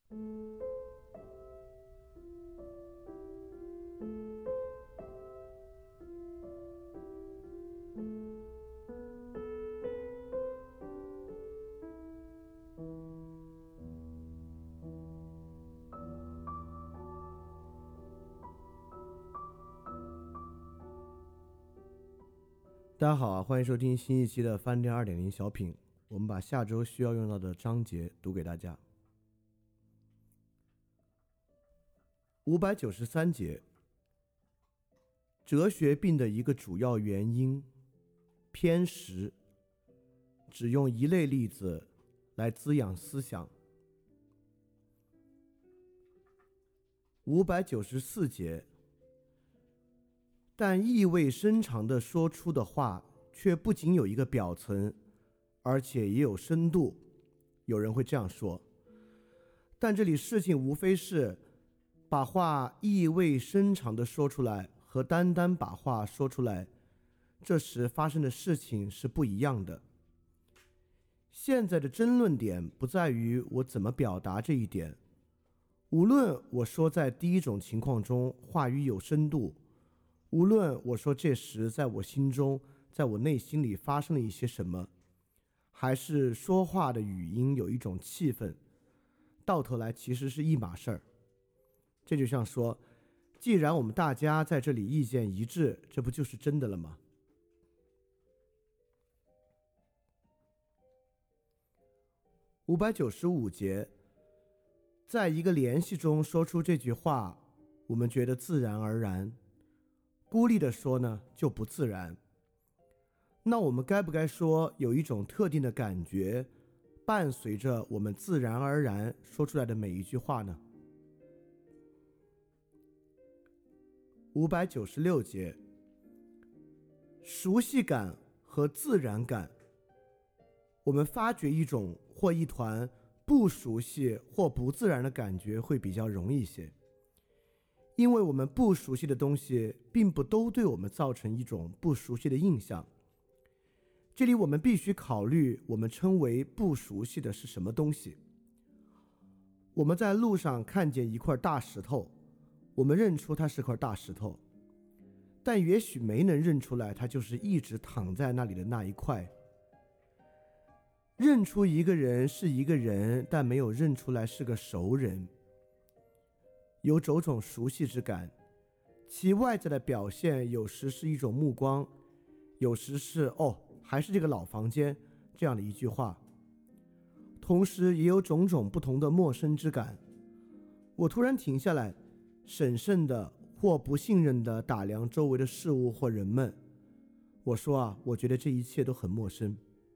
大家好啊，欢迎收听新一期的饭店2.0小品。我们把下周需要用到的章节读给大家。593节，哲学病的一个主要原因，偏食，只用一类例子来滋养思想。594节，但意味深长地说出的话却不仅有一个表层，而且也有深度。有人会这样说，但这里事情无非是把话意味深长地说出来和单单把话说出来，这时发生的事情是不一样的。现在的争论点不在于我怎么表达这一点，无论我说在第一种情况中话语有深度，无论我说这时在我心中在我内心里发生了一些什么，还是说话的语音有一种气氛，到头来其实是一码事儿。这就像说，既然我们大家在这里意见一致，这不就是真的了吗？595节，在一个联系中说出这句话，我们觉得自然而然，孤立的说呢，就不自然。那我们该不该说有一种特定的感觉伴随着我们自然而然说出来的每一句话呢？596节，熟悉感和自然感，我们发觉一种或一团不熟悉或不自然的感觉会比较容易些，因为我们不熟悉的东西并不都对我们造成一种不熟悉的印象。这里我们必须考虑我们称为不熟悉的是什么东西。我们在路上看见一块大石头，我们认出它是块大石头，但也许没能认出来它就是一直躺在那里的那一块。认出一个人是一个人，但没有认出来是个熟人，有种熟悉之感，其外在的表现有时是一种目光，有时是还是这个老房间这样的一句话，同时也有种种不同的陌生之感。我突然停下来，审慎的或不信任的打量周围的事物或人们。我说我觉得这一切都很陌生。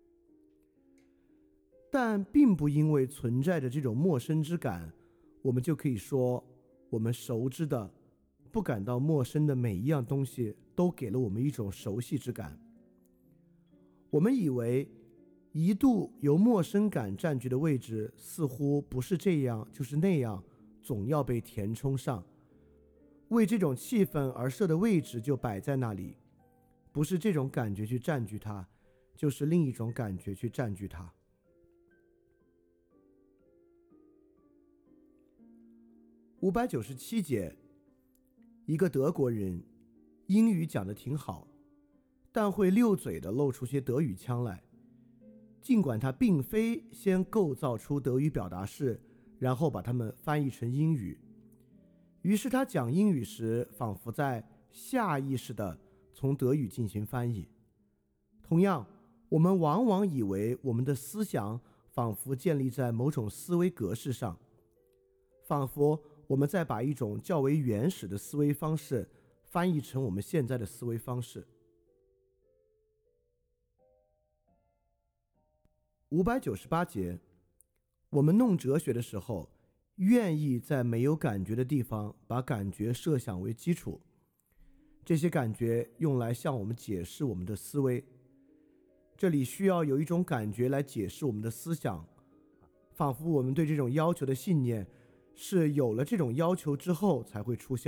但并不因为存在着这种陌生之感，我们就可以说我们熟知的不感到陌生的每一样东西都给了我们一种熟悉之感。我们以为一度由陌生感占据的位置似乎不是这样就是那样，总要被填充上，为这种气氛而设的位置就摆在那里，不是这种感觉去占据它，就是另一种感觉去占据它。597节，一个德国人英语讲得挺好，但会溜嘴地露出些德语腔来，尽管他并非先构造出德语表达式，然后把它们翻译成英语。于是他讲英语时仿佛在下意识地从德语进行翻译。同样，我们往往以为我们的思想仿佛建立在某种思维格式上，仿佛我们在把一种较为原始的思维方式翻译成我们现在的思维方式。598节，我们弄哲学的时候，愿意在没有感觉的地方把感觉设想为基础，这些感觉用来向我们解释我们的思维。这里需要有一种感觉来解释我们的思想，仿佛我们对这种要求的信念是有了这种要求之后才会出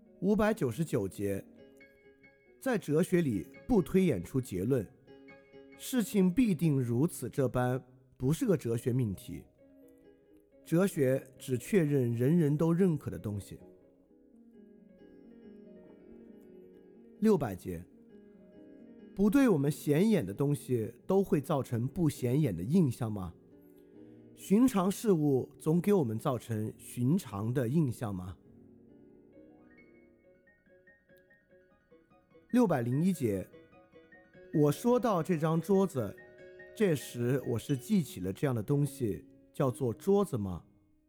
现的。599节，在哲学里不推演出结论， 事情必定如此这般，不是个哲学命题。哲学只确认人人都认可的东西。600节，不对我们显眼的东西都会造成不显眼的印象吗？寻常事物总给我们造成寻常的印象吗？601节，我说到这张桌子，这时我是记起了这样的东西，叫做桌子吗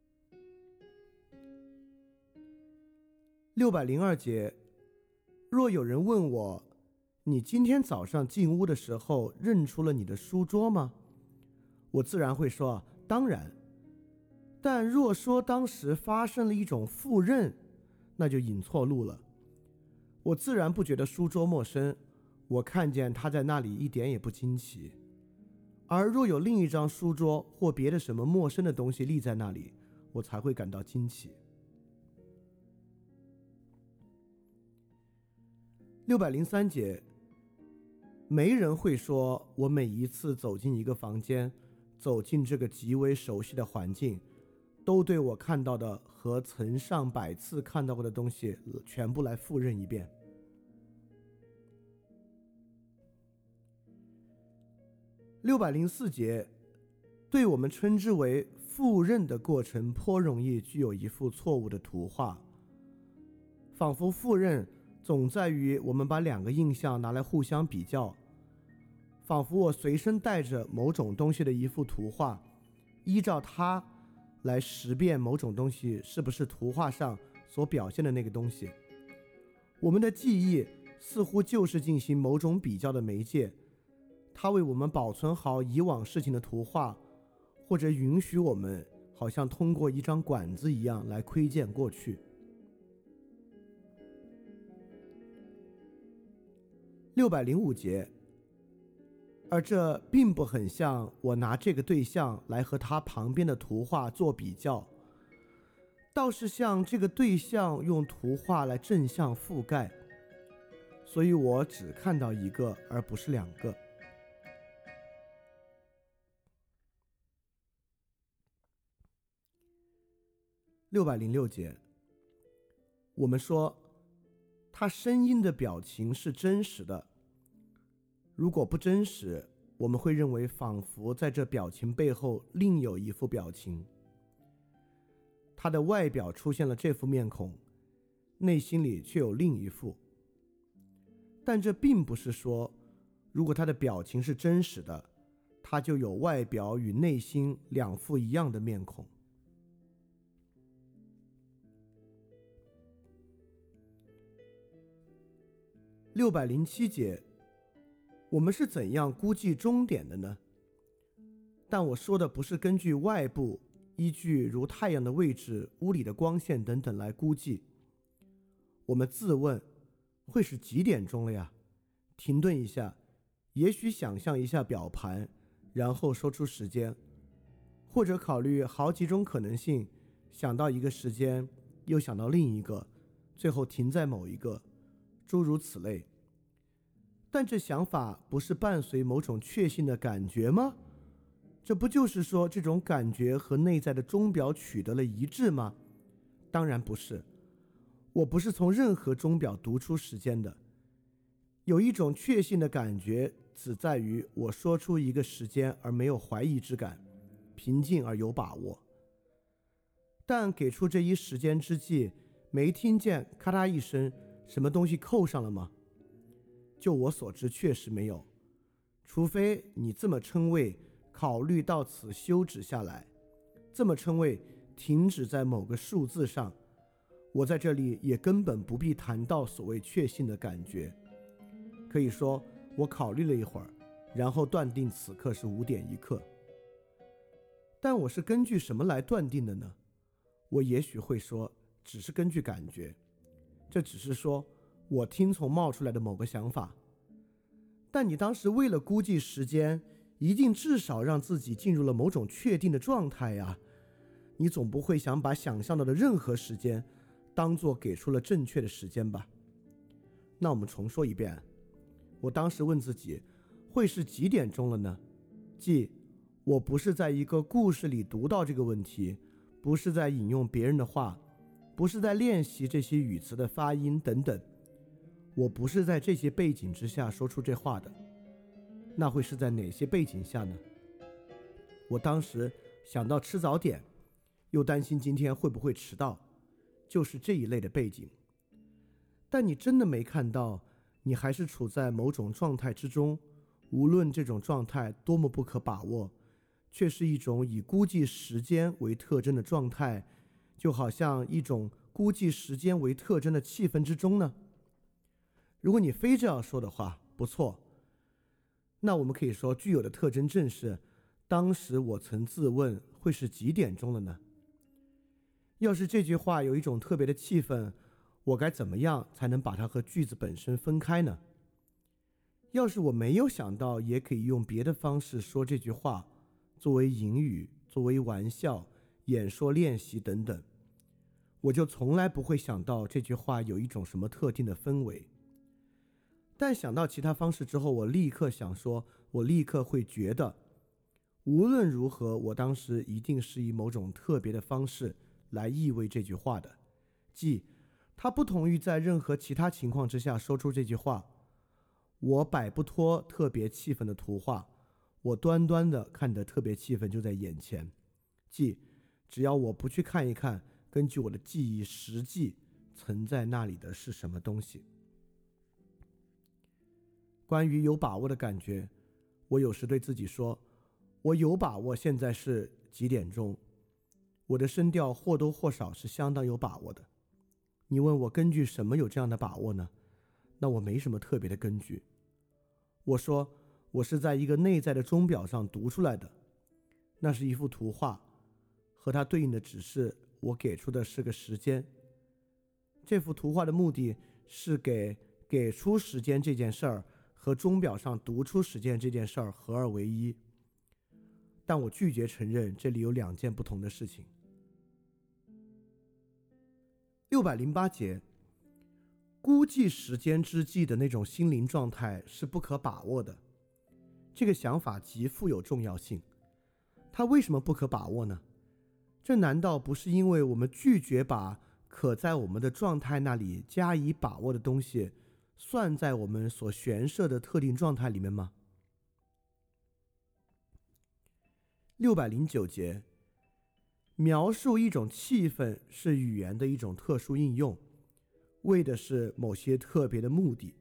？602节，若有人问我，你今天早上进屋的时候认出了你的书桌吗？我自然会说，当然。但若说当时发生了一种复认，那就引错路了。我自然不觉得书桌陌生，我看见它在那里一点也不惊奇。而若有另一张书桌或别的什么陌生的东西立在那里，我才会感到惊奇。603节，没人会说我每一次走进一个房间，走进这个极为熟悉的环境，都对我看到的和曾上百次看到过的东西全部来复认一遍。604节，对我们称之为复认的过程颇容易具有一幅错误的图画，仿佛复认总在于我们把两个印象拿来互相比较，仿佛我随身带着某种东西的一幅图画，依照它来识辨某种东西是不是图画上所表现的那个东西。我们的记忆似乎就是进行某种比较的媒介，它为我们保存好以往事情的图画，或者允许我们好像通过一张管子一样来窥见过去。605节，而这并不很像我拿这个对象来和他旁边的图画做比较，倒是像这个对象用图画来正向覆盖，所以我只看到一个而不是两个。606节，我们说他声音的表情是真实的，如果不真实，我们会认为仿佛在这表情背后另有一副表情。他的外表出现了这副面孔，内心里却有另一副。但这并不是说，如果他的表情是真实的，他就有外表与内心两副一样的面孔。607节，我们是怎样估计终点的呢？但我说的不是根据外部依据如太阳的位置、屋里的光线等等来估计。我们自问，会是几点钟了呀？停顿一下，也许想象一下表盘，然后说出时间，或者考虑好几种可能性，想到一个时间，又想到另一个，最后停在某一个，诸如此类。但这想法不是伴随某种确信的感觉吗？这不就是说这种感觉和内在的钟表取得了一致吗？当然不是，我不是从任何钟表读出时间的。有一种确信的感觉只在于我说出一个时间而没有怀疑之感，平静而有把握。但给出这一时间之际，没听见咔嗒一声什么东西扣上了吗？就我所知确实没有，除非你这么称谓考虑到此休止下来，这么称谓停止在某个数字上，我在这里也根本不必谈到所谓确信的感觉。可以说我考虑了一会儿，然后断定此刻是5点1刻。但我是根据什么来断定的呢？我也许会说只是根据感觉，这只是说我听从冒出来的某个想法。但你当时为了估计时间，一定至少让自己进入了某种确定的状态呀。你总不会想把想象到的任何时间当作给出了正确的时间吧？那我们重说一遍，我当时问自己， 会是几点钟了呢？即我不是在一个故事里读到这个问题，不是在引用别人的话，不是在练习这些语词的发音等等，我不是在这些背景之下说出这话的，那会是在哪些背景下呢？我当时想到吃早点，又担心今天会不会迟到，就是这一类的背景。但你真的没看到，你还是处在某种状态之中，无论这种状态多么不可把握，却是一种以估计时间为特征的状态，就好像一种估计时间为特征的气氛之中呢？如果你非这样说的话，不错，那我们可以说具有的特征正是，当时我曾自问会是几点钟了呢？要是这句话有一种特别的气氛，我该怎么样才能把它和句子本身分开呢？要是我没有想到也可以用别的方式说这句话，作为引语，作为玩笑、演说练习等等，我就从来不会想到这句话有一种什么特定的氛围。但想到其他方式之后，我立刻想说，我立刻会觉得，无论如何，我当时一定是以某种特别的方式来意味这句话的，即它不同于在任何其他情况之下说出这句话。我摆不脱特别气氛的图画，我端端的看着特别气氛就在眼前，即只要我不去看一看，根据我的记忆实际存在那里的是什么东西。关于有把握的感觉，我有时对自己说，我有把握现在是几点钟，我的声调或多或少是相当有把握的。你问我根据什么有这样的把握呢？那我没什么特别的根据。我说我是在一个内在的钟表上读出来的，那是一幅图画，和它对应的只是我给出的是个时间。这幅图画的目的是给出时间这件事儿和钟表上读出时间这件事儿合二为一，但我拒绝承认这里有两件不同的事情。608节，估计时间之际的那种心灵状态是不可把握的，这个想法极富有重要性。它为什么不可把握呢？这难道不是因为我们拒绝把可在我们的状态那里加以把握的东西算在我们所悬设的特定状态里面吗？609节，描述一种气氛是语言的一种特殊应用，为的是某些特别的目的。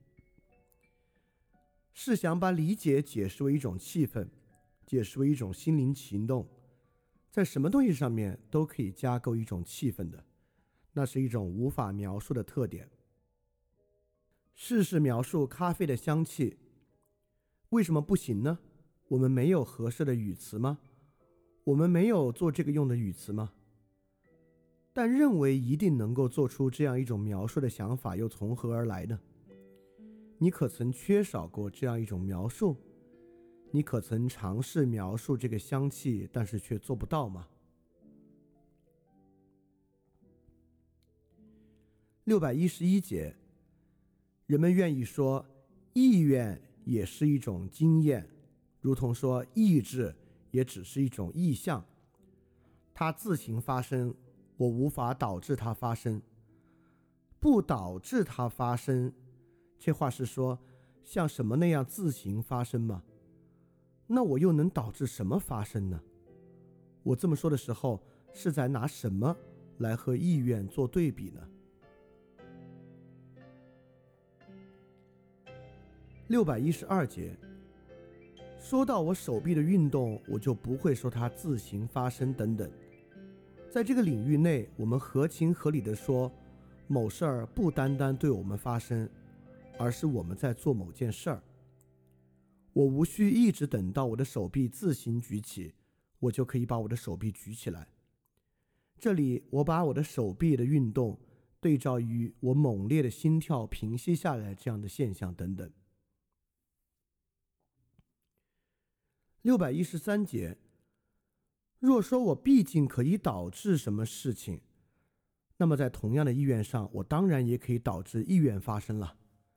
试想把理解解释为一种气氛，解释为一种心灵行动，在什么东西上面都可以加构一种气氛的，那是一种无法描述的特点。试试描述咖啡的香气，为什么不行呢？我们没有合适的语词吗？我们没有做这个用的语词吗？但认为一定能够做出这样一种描述的想法又从何而来呢？你可曾缺少过这样一种描述？你可曾尝试描述这个香气，但是却做不到吗？611节，人们愿意说意愿也是一种经验，如同说意志也只是一种意象，它自行发生，我无法导致它发生。不导致它发生，这话是说像什么那样自行发生吗？那我又能导致什么发生呢？我这么说的时候是在拿什么来和意愿做对比呢？612节，说到我手臂的运动，我就不会说它自行发生等等。在这个领域内，我们合情合理地说，某事儿不单单对我们发生，而是我们在做某件事儿。我无需一直等到我的手臂自行举起，我就可以把我的手臂举起来。这里我把我的手臂的运动对照于我猛烈的心跳平息下来这样的现象等等。613节，若说我毕竟可以导致什么事情，那么在同样的意愿上，我当然也可以导致意愿发生了。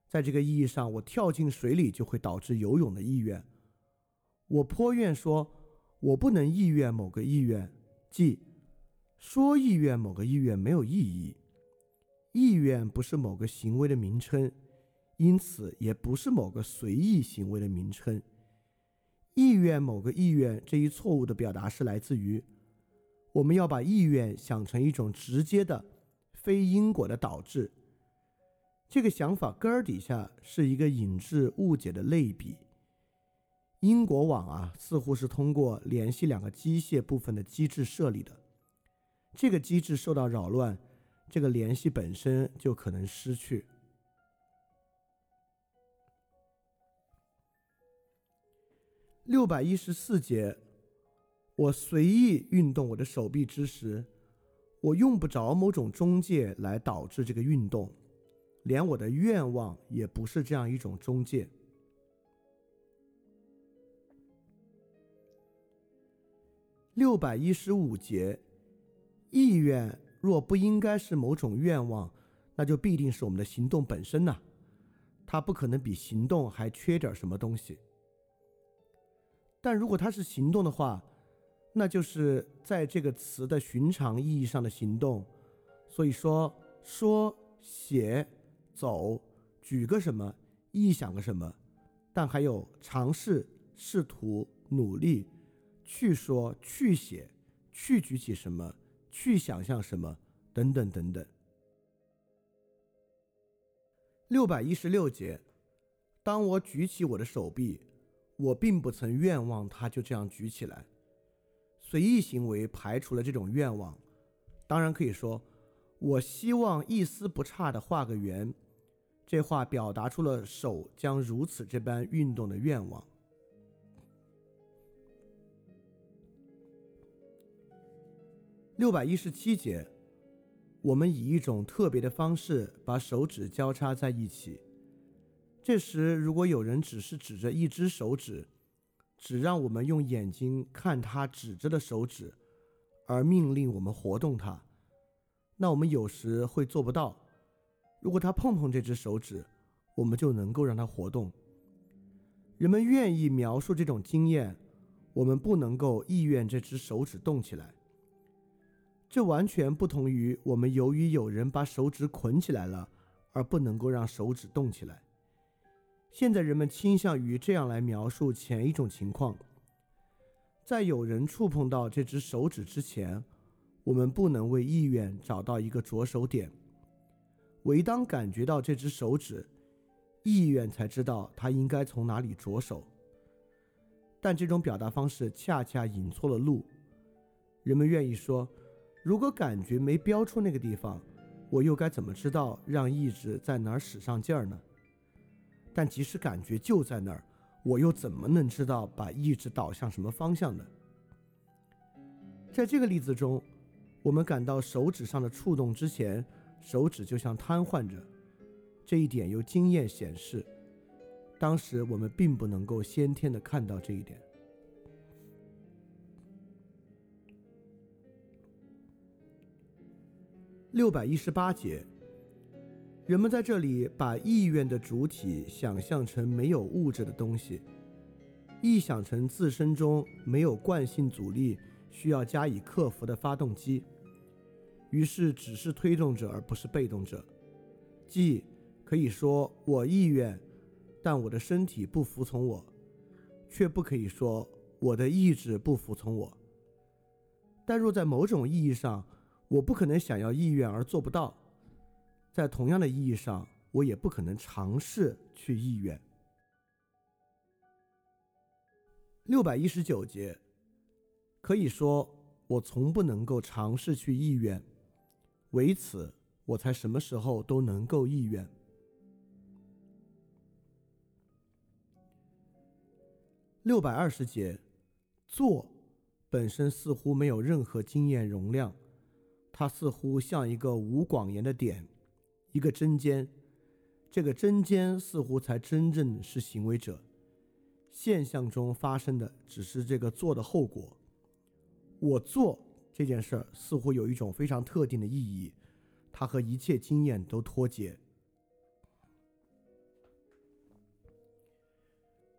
在这个意义上，我跳进水里就会导致游泳的意愿。我颇愿说我不能意愿某个意愿，即说意愿某个意愿没有意义。意愿不是某个行为的名称，因此也不是某个随意行为的名称。意愿某个意愿这一错误的表达是来自于我们要把意愿想成一种直接的非因果的导致。这个想法根儿底下是一个引致误解的类比。因果网似乎是通过联系两个机械部分的机制设立的。这个机制受到扰乱，这个联系本身就可能失去。614节，我随意运动我的手臂之时，我用不着某种中介来导致这个运动，连我的愿望也不是这样一种中介。615节，意愿若不应该是某种愿望，那就必定是我们的行动本身呐，它不可能比行动还缺点什么东西。但如果它是行动的话，那就是在这个词的寻常意义上的行动。所以说写、走、举个什么、臆想个什么，但还有尝试、试图、努力、去说、去写、去举起什么、去想象什么等等等等。616节，当我举起我的手臂，我并不曾愿望它就这样举起来。随意行为排除了这种愿望，当然可以说我希望一丝不差地画个圆，这话表达出了手将如此这般运动的愿望。617节，我们以一种特别的方式把手指交叉在一起。这时如果有人只是指着一只手指，只让我们用眼睛看他指着的手指，而命令我们活动它，那我们有时会做不到。如果他碰碰这只手指，我们就能够让它活动。人们愿意描述这种经验，我们不能够意愿这只手指动起来。这完全不同于我们由于有人把手指捆起来了，而不能够让手指动起来。现在人们倾向于这样来描述前一种情况：在有人触碰到这只手指之前，我们不能为意愿找到一个着手点，唯当感觉到这只手指，意愿才知道它应该从哪里着手。但这种表达方式恰恰引错了路。人们愿意说，如果感觉没标出那个地方，我又该怎么知道让意志在哪儿使上劲儿呢？但即使感觉就在那儿，我又怎么能知道把意志导向什么方向呢？在这个例子中，我们感到手指上的触动之前，手指就像瘫痪着。这一点由经验显示，当时我们并不能够先天地看到这一点。618节，人们在这里把意愿的主体想象成没有物质的东西，臆想成自身中没有惯性阻力需要加以克服的发动机，于是只是推动者而不是被动者。即可以说我意愿，但我的身体不服从我，却不可以说我的意志不服从我。但若在某种意义上，我不可能想要意愿而做不到，在同样的意义上，我也不可能尝试去意愿。619节，可以说我从不能够尝试去意愿，为此我才什么时候都能够意愿。620节，做本身似乎没有任何经验容量，它似乎像一个无广延的点，一个针尖，这个针尖似乎才真正是行为者，现象中发生的只是这个做的后果。我做这件事似乎有一种非常特定的意义，它和一切经验都脱节。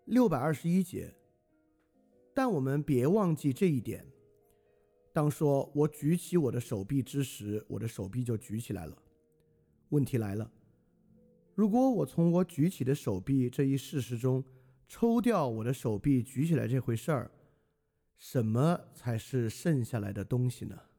621节，但我们别忘记这一点，当说我举起我的手臂之时，我的手臂就举起来了。问题来了，如果我从我举起的手臂这一事实中抽掉我的手臂举起来这回事儿，什么才是剩下来的东西呢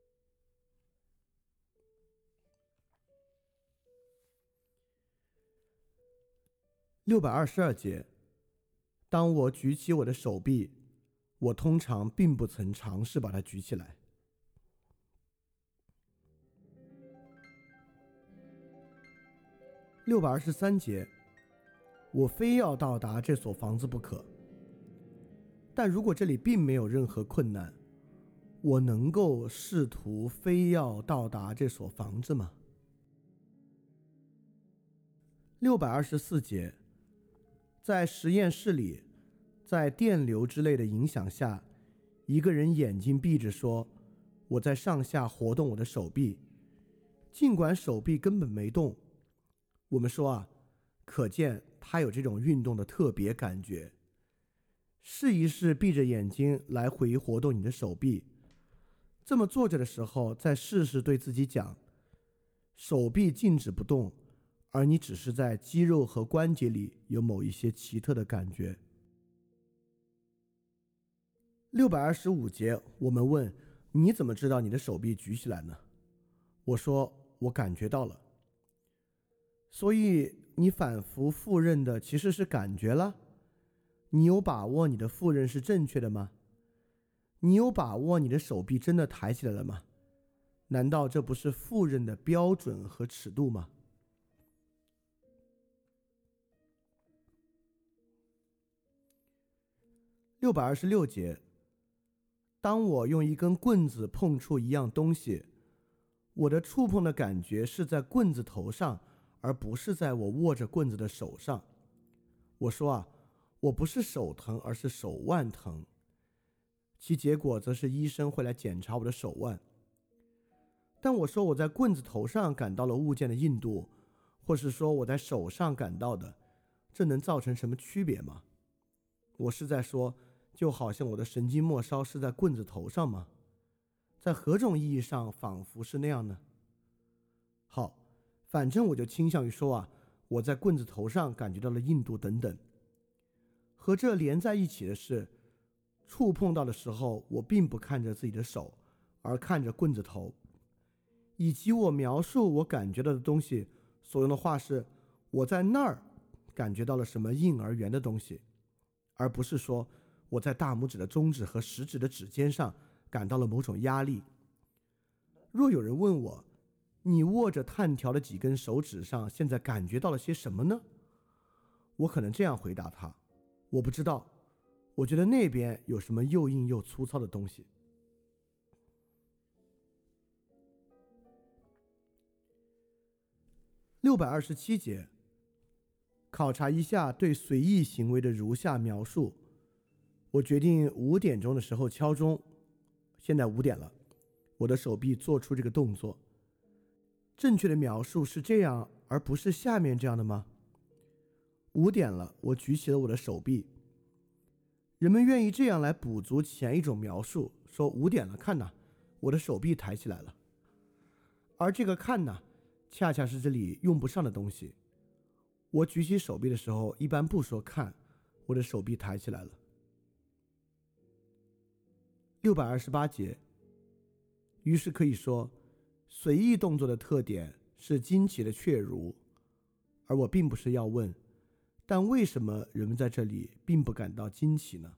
？622节，当我举起我的手臂，我通常并不曾尝试把它举起来。623节，我非要到达这所房子不可。但如果这里并没有任何困难，我能够试图非要到达这所房子吗？624节，在实验室里，在电流之类的影响下，一个人眼睛闭着说，我在上下活动我的手臂，尽管手臂根本没动。我们说可见他有这种运动的特别感觉。试一试闭着眼睛来回活动你的手臂，这么坐着的时候，再试试对自己讲，手臂静止不动，而你只是在肌肉和关节里有某一些奇特的感觉。625节，我们问你怎么知道你的手臂举起来呢？我说我感觉到了。所以你反复复认的其实是感觉了？你有把握你的复认是正确的吗？你有把握你的手臂真的抬起来了吗？难道这不是复认的标准和尺度吗？626节，当我用一根棍子碰触一样东西，我的触碰的感觉是在棍子头上，而不是在我握着棍子的手上。我说我不是手疼，而是手腕疼，其结果则是医生会来检查我的手腕。但我说我在棍子头上感到了物件的硬度，或是说我在手上感到的，这能造成什么区别吗？我是在说，就好像我的神经末梢是在棍子头上吗？在何种意义上仿佛是那样呢？好，反正我就倾向于说我在棍子头上感觉到了硬度等等。和这连在一起的是，触碰到的时候，我并不看着自己的手，而看着棍子头，以及我描述我感觉到的东西所用的话是，我在那儿感觉到了什么硬而圆的东西，而不是说我在大拇指的中指和食指的指尖上感到了某种压力。若有人问我，你握着炭条的几根手指上现在感觉到了些什么呢？我可能这样回答他，我不知道，我觉得那边有什么又硬又粗糙的东西。627节，考察一下对随意行为的如下描述。我决定5点钟的时候敲钟，现在5点了，我的手臂做出这个动作。正确的描述是这样，而不是下面这样的吗？5点了，我举起了我的手臂。人们愿意这样来补足前一种描述，说5点了，看我的手臂抬起来了。而这个看恰恰是这里用不上的东西。我举起手臂的时候，一般不说看，我的手臂抬起来了。628节，于是可以说，随意动作的特点是惊奇的确如，而我并不是要问，但为什么人们在这里并不感到惊奇呢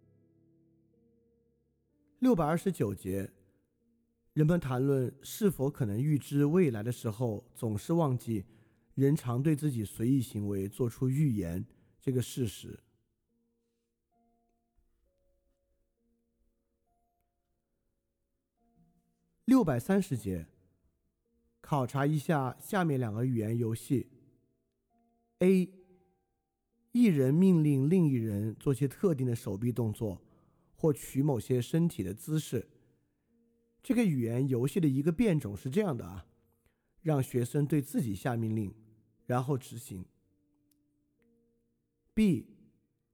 ？629节，人们谈论是否可能预知未来的时候，总是忘记人常对自己随意行为做出预言这个事实。630节，考察一下下面2个语言游戏。A， 一人命令另一人做些特定的手臂动作，或取某些身体的姿势。这个语言游戏的一个变种是这样的让学生对自己下命令，然后执行。B，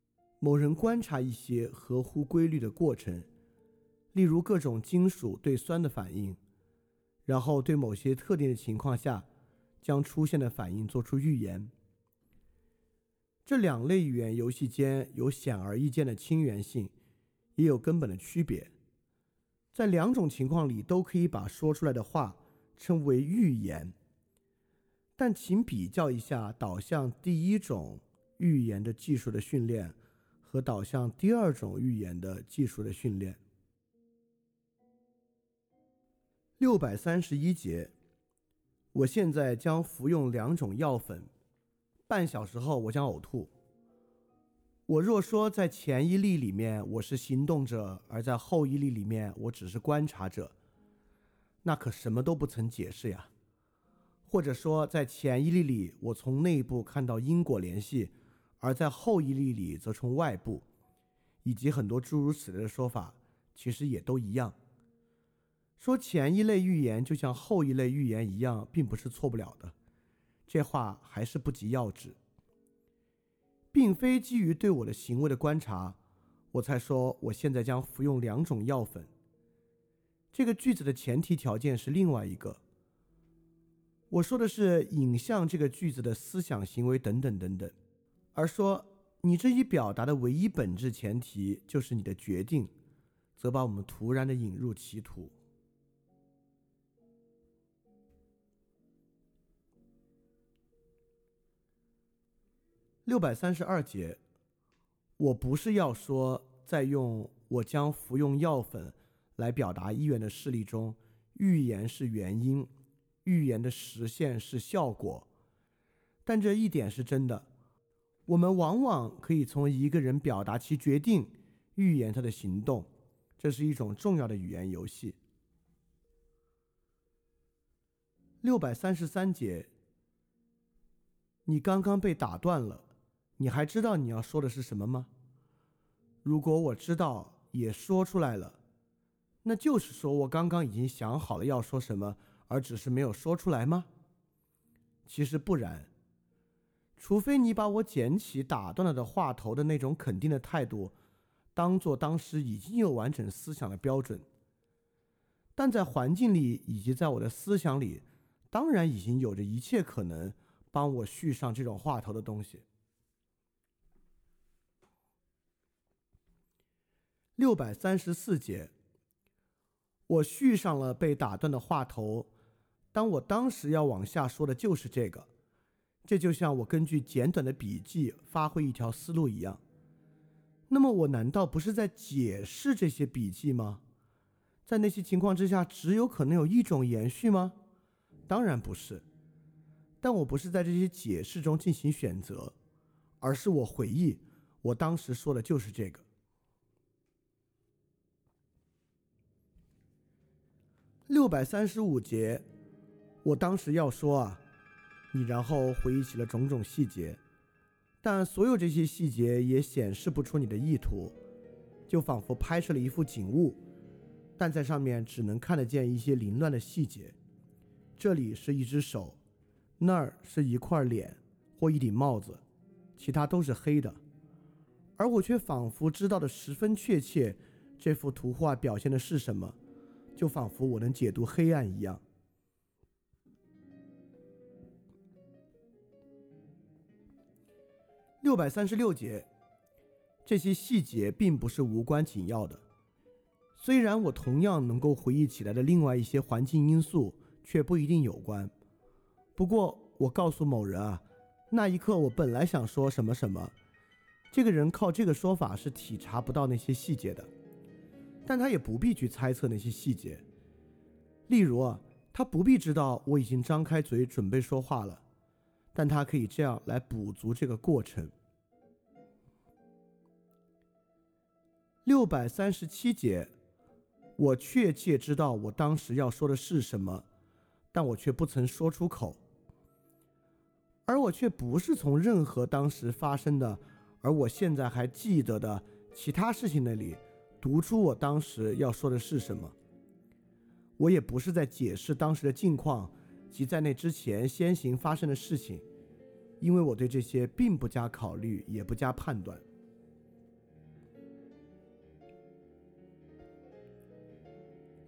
某人观察一些合乎规律的过程，例如各种金属对酸的反应，然后对某些特定的情况下将出现的反应做出预言。这两类语言游戏间有显而易见的亲缘性，也有根本的区别。在两种情况里都可以把说出来的话称为预言，但请比较一下导向第一种预言的技术的训练和导向第二种预言的技术的训练。631节，我现在将服用2种药粉，半小时后我将呕吐。我若说在前一例里面我是行动者，而在后一例里面我只是观察者，那可什么都不曾解释呀。或者说在前一例里我从内部看到因果联系，而在后一例里则从外部，以及很多诸如此类的说法，其实也都一样。说前一类预言就像后一类预言一样，并不是错不了的，这话还是不及要旨。并非基于对我的行为的观察，我才说我现在将服用2种药粉。这个句子的前提条件是另外一个。我说的是引向这个句子的思想行为等等等等，而说你这一表达的唯一本质前提就是你的决定，则把我们突然的引入歧途。632节，我不是要说在用我将服用药粉来表达意愿的事例中，预言是原因，预言的实现是效果。但这一点是真的，我们往往可以从一个人表达其决定预言他的行动，这是一种重要的语言游戏。633节，你刚刚被打断了，你还知道你要说的是什么吗？如果我知道也说出来了，那就是说我刚刚已经想好了要说什么，而只是没有说出来吗？其实不然，除非你把我捡起打断了的话头的那种肯定的态度当作当时已经有完整思想的标准，但在环境里以及在我的思想里，当然已经有着一切可能帮我续上这种话头的东西。634节，我续上了被打断的话头，当我当时要往下说的就是这个，这就像我根据简短的笔记发挥一条思路一样。那么我难道不是在解释这些笔记吗？在那些情况之下，只有可能有一种延续吗？当然不是。但我不是在这些解释中进行选择，而是我回忆我当时说的就是这个。635节，我当时要说啊，你然后回忆起了种种细节，但所有这些细节也显示不出你的意图，就仿佛拍摄了一幅景物，但在上面只能看得见一些凌乱的细节。这里是一只手，那儿是一块脸或一顶帽子，其他都是黑的，而我却仿佛知道的十分确切这幅图画表现的是什么，就仿佛我能解读黑暗一样。636节，这些细节并不是无关紧要的，虽然我同样能够回忆起来的另外一些环境因素却不一定有关。不过我告诉某人啊，那一刻我本来想说什么什么，这个人靠这个说法是体察不到那些细节的，但他也不必去猜测那些细节。例如啊，他不必知道我已经张开嘴准备说话了，但他可以这样来补足这个过程。637节，我确切知道我当时要说的是什么，但我却不曾说出口，而我却不是从任何当时发生的而我现在还记得的其他事情那里读出我当时要说的是什么。我也不是在解释当时的境况及在那之前先行发生的事情，因为我对这些并不加考虑也不加判断。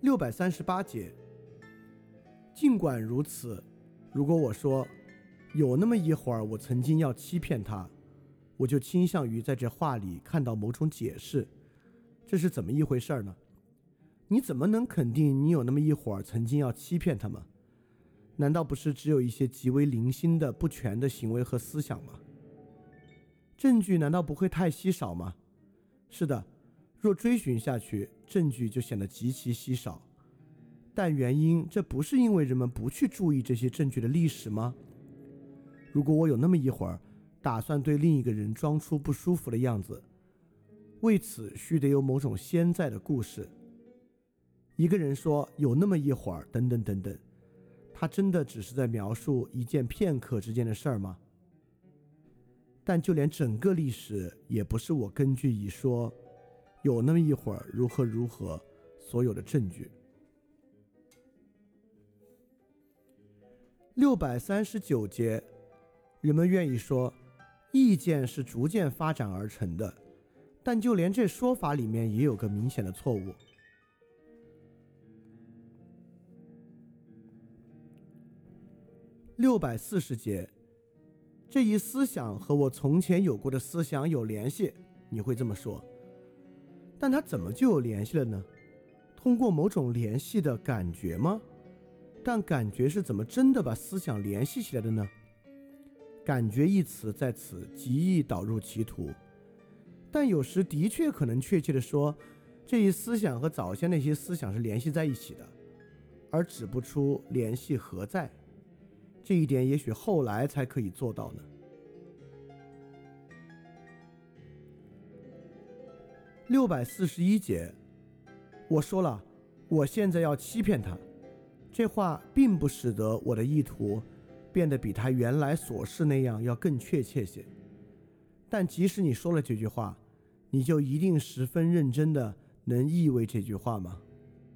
638节，尽管如此，如果我说有那么一会儿我曾经要欺骗他，我就倾向于在这话里看到某种解释。这是怎么一回事呢？你怎么能肯定你有那么一会儿曾经要欺骗他吗？难道不是只有一些极为零星的不全的行为和思想吗？证据难道不会太稀少吗？是的，若追寻下去，证据就显得极其稀少。但原因，这不是因为人们不去注意这些证据的历史吗？如果我有那么一会儿打算对另一个人装出不舒服的样子，为此须得有某种先在的故事。一个人说有那么一会儿等等等等，他真的只是在描述一件片刻之间的事儿吗？但就连整个历史也不是我根据一说有那么一会儿如何如何所有的证据。639节，人们愿意说意见是逐渐发展而成的，但就连这说法里面也有个明显的错误。640节，这一思想和我从前有过的思想有联系，你会这么说，但它怎么就有联系了呢？通过某种联系的感觉吗？但感觉是怎么真的把思想联系起来的呢？感觉一词在此极易导入歧途，但有时的确可能确切地说，这一思想和早先那些思想是联系在一起的，而指不出联系何在。这一点也许后来才可以做到呢。641节，我说了，我现在要欺骗他，这话并不使得我的意图变得比他原来所示那样要更确切些。但即使你说了这句话，你就一定十分认真的能意味这句话吗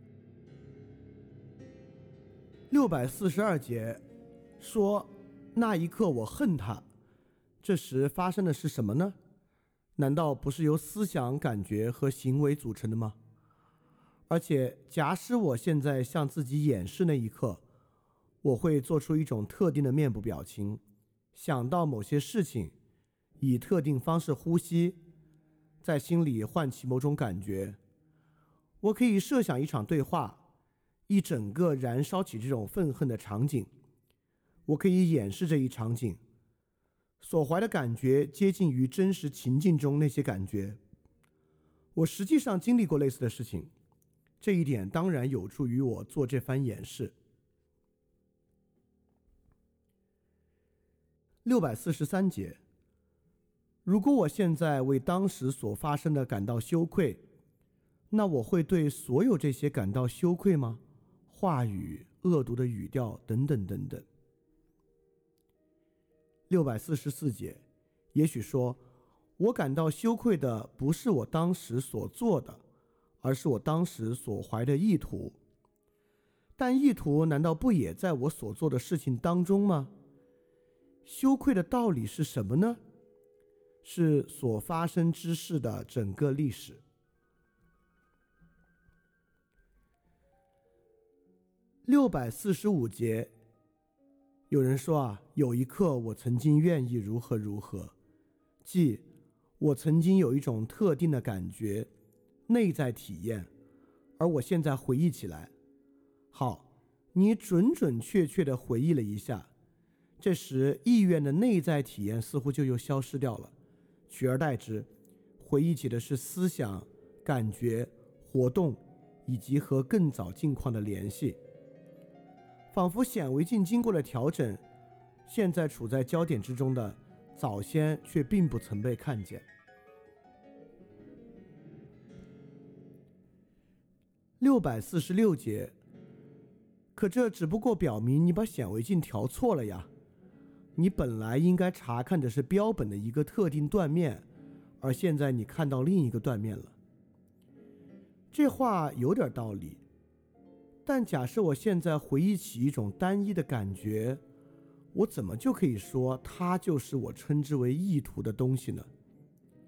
？642节说，那一刻我恨他，这时发生的是什么呢？难道不是由思想、感觉和行为组成的吗？而且假使我现在向自己演示那一刻，我会做出一种特定的面部表情，想到某些事情，以特定方式呼吸，在心里唤起某种感觉。我可以设想一场对话，一整个燃烧起这种愤恨的场景。我可以演示这一场景，所怀的感觉接近于真实情境中那些感觉。我实际上经历过类似的事情，这一点当然有助于我做这番演示。643节，如果我现在为当时所发生的感到羞愧，那我会对所有这些感到羞愧吗？话语、恶毒的语调等等等等。644节，也许说，我感到羞愧的不是我当时所做的，而是我当时所怀的意图。但意图难道不也在我所做的事情当中吗？羞愧的道理是什么呢？是所发生之事的整个历史。645节，有人说有一刻我曾经愿意如何如何，即我曾经有一种特定的感觉，内在体验，而我现在回忆起来。好，你准准确确地回忆了一下，这时意愿的内在体验似乎就又消失掉了，取而代之，回忆起的是思想、感觉、活动以及和更早境况的联系。仿佛显微镜经过了调整，现在处在焦点之中的早先却并不曾被看见。646节，可这只不过表明你把显微镜调错了呀。你本来应该查看的是标本的一个特定断面，而现在你看到另一个断面了。这话有点道理，但假设我现在回忆起一种单一的感觉，我怎么就可以说它就是我称之为意图的东西呢？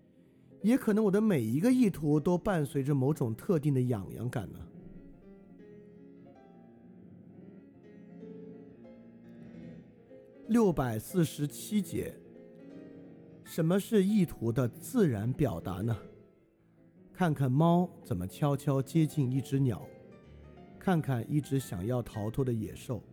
也可能我的每一个意图都伴随着某种特定的痒痒感呢。 647节，什么是意图的自然表达呢？看看猫怎么悄悄接近一只鸟，看看一只想要逃脱的野兽。